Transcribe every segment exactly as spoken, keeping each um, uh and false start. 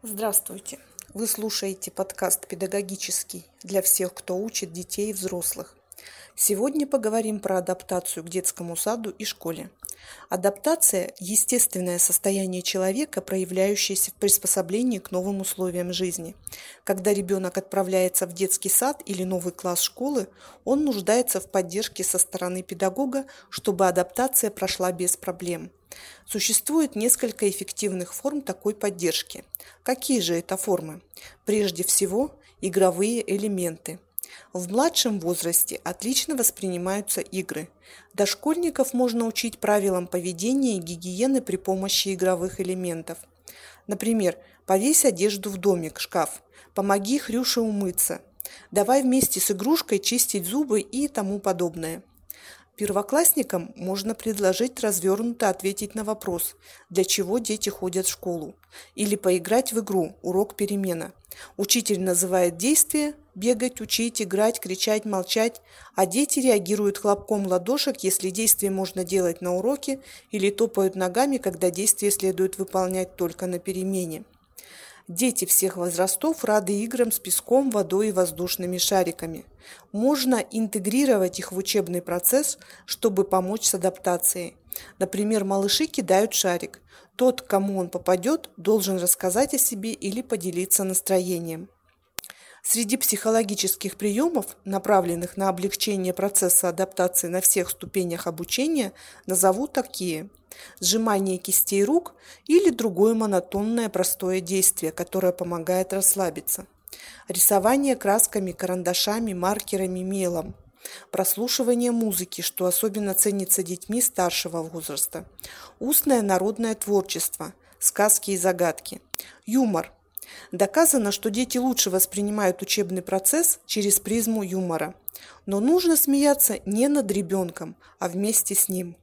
Здравствуйте! Вы слушаете подкаст «Педагогический» для всех, кто учит детей и взрослых. Сегодня поговорим про адаптацию к детскому саду и школе. Адаптация – естественное состояние человека, проявляющееся в приспособлении к новым условиям жизни. Когда ребенок отправляется в детский сад или новый класс школы, он нуждается в поддержке со стороны педагога, чтобы адаптация прошла без проблем. Существует несколько эффективных форм такой поддержки. Какие же это формы? Прежде всего, игровые элементы. В младшем возрасте отлично воспринимаются игры. Дошкольников можно учить правилам поведения и гигиены при помощи игровых элементов. Например, повесь одежду в домик, шкаф, помоги Хрюше умыться, давай вместе с игрушкой чистить зубы и тому подобное. Первоклассникам можно предложить развернуто ответить на вопрос, для чего дети ходят в школу, или поиграть в игру «Урок перемена». Учитель называет действия – бегать, учить, играть, кричать, молчать, а дети реагируют хлопком ладошек, если действие можно делать на уроке, или топают ногами, когда действие следует выполнять только на перемене. Дети всех возрастов рады играм с песком, водой и воздушными шариками. Можно интегрировать их в учебный процесс, чтобы помочь с адаптацией. Например, малыши кидают шарик. Тот, кому он попадет, должен рассказать о себе или поделиться настроением. Среди психологических приемов, направленных на облегчение процесса адаптации на всех ступенях обучения, назову такие: сжимание кистей рук или другое монотонное простое действие, которое помогает расслабиться, рисование красками, карандашами, маркерами, мелом, прослушивание музыки, что особенно ценится детьми старшего возраста, устное народное творчество, сказки и загадки, юмор. Доказано, что дети лучше воспринимают учебный процесс через призму юмора. Но нужно смеяться не над ребенком, а вместе с ним.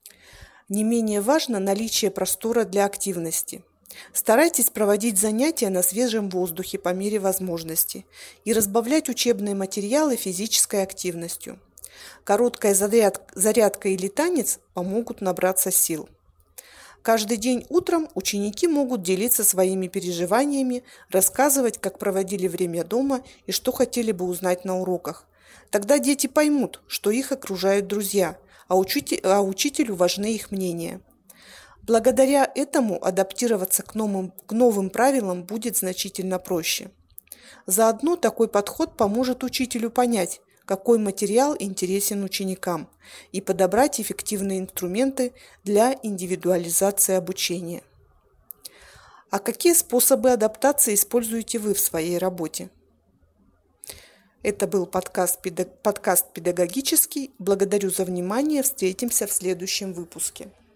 Не менее важно наличие простора для активности. Старайтесь проводить занятия на свежем воздухе по мере возможности и разбавлять учебные материалы физической активностью. Короткая зарядка или танец помогут набраться сил. Каждый день утром ученики могут делиться своими переживаниями, рассказывать, как проводили время дома и что хотели бы узнать на уроках. Тогда дети поймут, что их окружают друзья, а, учитель, а учителю важны их мнения. Благодаря этому адаптироваться к новым, к новым правилам будет значительно проще. Заодно такой подход поможет учителю понять, какой материал интересен ученикам, и подобрать эффективные инструменты для индивидуализации обучения. А какие способы адаптации используете вы в своей работе? Это был подкаст, подкаст «Педагогический». Благодарю за внимание. Встретимся в следующем выпуске.